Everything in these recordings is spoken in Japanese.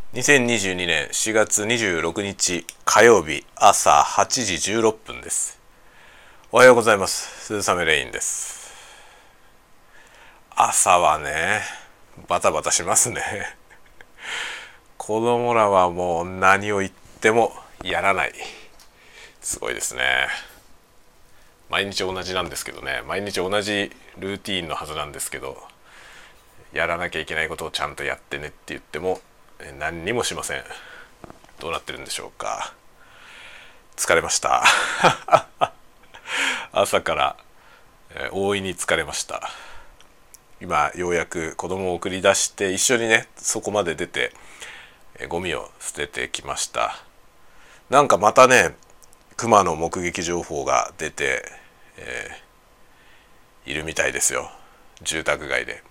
2022年4月26日火曜日朝8時16分です。おはようございます。鈴雨レインです。朝はね、バタバタしますね。子供らはもう何を言ってもやらない。すごいですね。毎日同じなんですけどね、毎日同じルーティーンのはずなんですけど、やらなきゃいけないことをちゃんとやってねって言っても何にもしません。どうなってるんでしょうか。疲れました。朝から大いに疲れました。今ようやく子供を送り出して一緒にねそこまで出てゴミを捨ててきました。なんかまたね熊の目撃情報が出て、いるみたいですよ、住宅街で。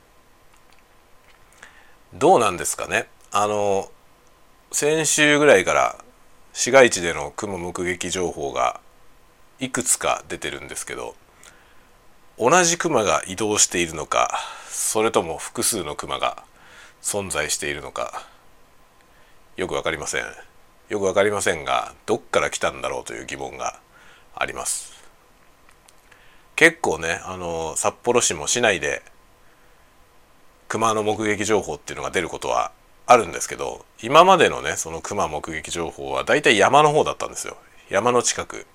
どうなんですかね。先週ぐらいから市街地での熊目撃情報がいくつか出てるんですけど、同じ熊が移動しているのか、それとも複数の熊が存在しているのか、よくわかりません。よくわかりませんが、どっから来たんだろうという疑問があります。結構ね、札幌市も市内で熊の目撃情報っていうのが出ることはあるんですけど、今までのねその熊目撃情報はだいたい山の方だったんですよ。山の近く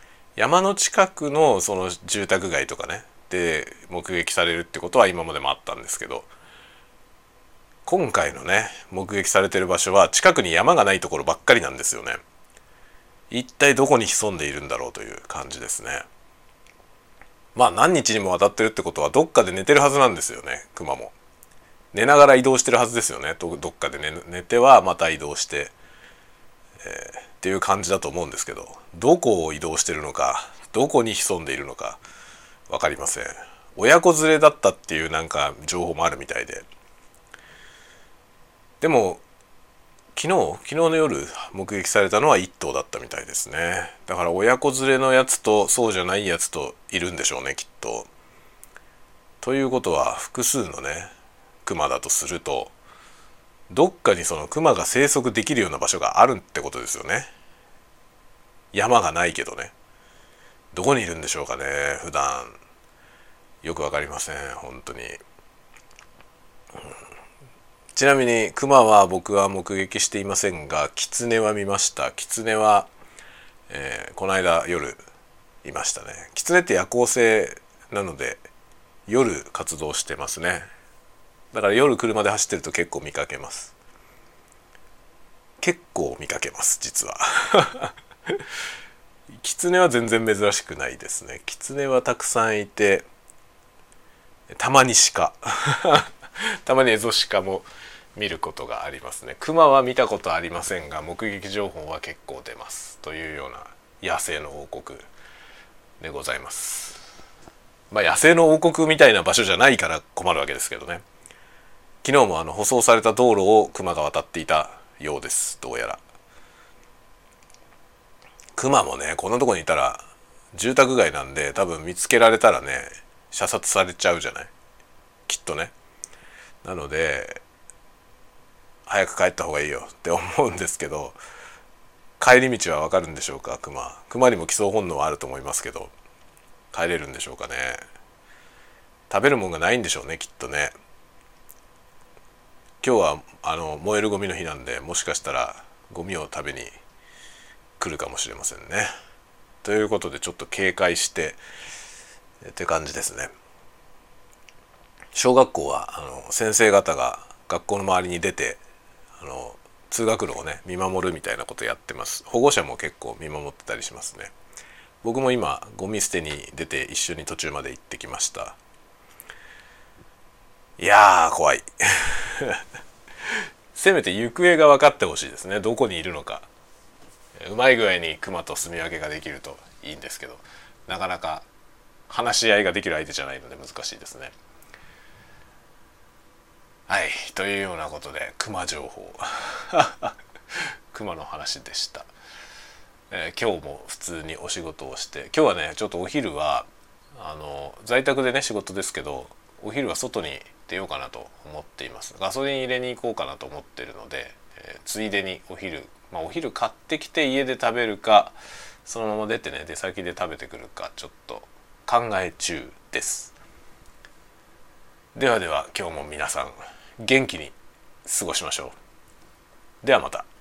のその住宅街とかねで目撃されるってことは今までもあったんですけど、今回のね目撃されてる場所は近くに山がないところばっかりなんですよね。一体どこに潜んでいるんだろうという感じですね。まあ何日にもわたってるってことはどっかで寝てるはずなんですよね。クマも寝ながら移動してるはずですよね。どっかで寝てはまた移動して、っていう感じだと思うんですけど、どこを移動してるのかどこに潜んでいるのか分かりません。親子連れだったっていうなんか情報もあるみたいで、でも昨日の夜目撃されたのは1頭だったみたいですね。だから親子連れのやつとそうじゃないやつといるんでしょうねきっと。ということは複数のねクマだとすると、どっかにそのクマが生息できるような場所があるってことですよね。山がないけどね。どこにいるんでしょうかね普段。よくわかりません本当に。ちなみにクマは僕は目撃していませんが、キツネは見ました。キツネは、この間夜いましたね。キツネって夜行性なので夜活動してますね。だから夜車で走ってると結構見かけます。結構見かけます実は。キツネは全然珍しくないですね。キツネはたくさんいて、たまに鹿たまにエゾシカも見ることがありますね。クマは見たことありませんが目撃情報は結構出ますというような野生の王国でございます。まあ野生の王国みたいな場所じゃないから困るわけですけどね。昨日も舗装された道路をクマが渡っていたようです。どうやらクマもねこんなとこにいたら住宅街なんで多分見つけられたらね射殺されちゃうじゃないきっとね。なので早く帰った方がいいよって思うんですけど、帰り道はわかるんでしょうか。クマにも帰巣本能はあると思いますけど、帰れるんでしょうかね。食べるもんがないんでしょうねきっとね。今日は燃えるゴミの日なんで、もしかしたらゴミを食べに来るかもしれませんね。ということでちょっと警戒してって感じですね。小学校は先生方が学校の周りに出て通学路をね見守るみたいなことやってます。保護者も結構見守ってたりしますね。僕も今ゴミ捨てに出て一緒に途中まで行ってきました。いやー怖い。せめて行方が分かってほしいですね。どこにいるのか。うまい具合にクマと住み分けができるといいんですけど、なかなか話し合いができる相手じゃないので難しいですね。はい、というようなことでクマ情報クマの話でした。今日も普通にお仕事をして、今日はねちょっとお昼は在宅でね仕事ですけど、お昼は外に出ようかなと思っています。ガソリン入れに行こうかなと思ってるので、 ついでにお昼買ってきて家で食べるか、そのまま出てね出先で食べてくるかちょっと考え中です。ではでは今日も皆さん元気に過ごしましょう。ではまた。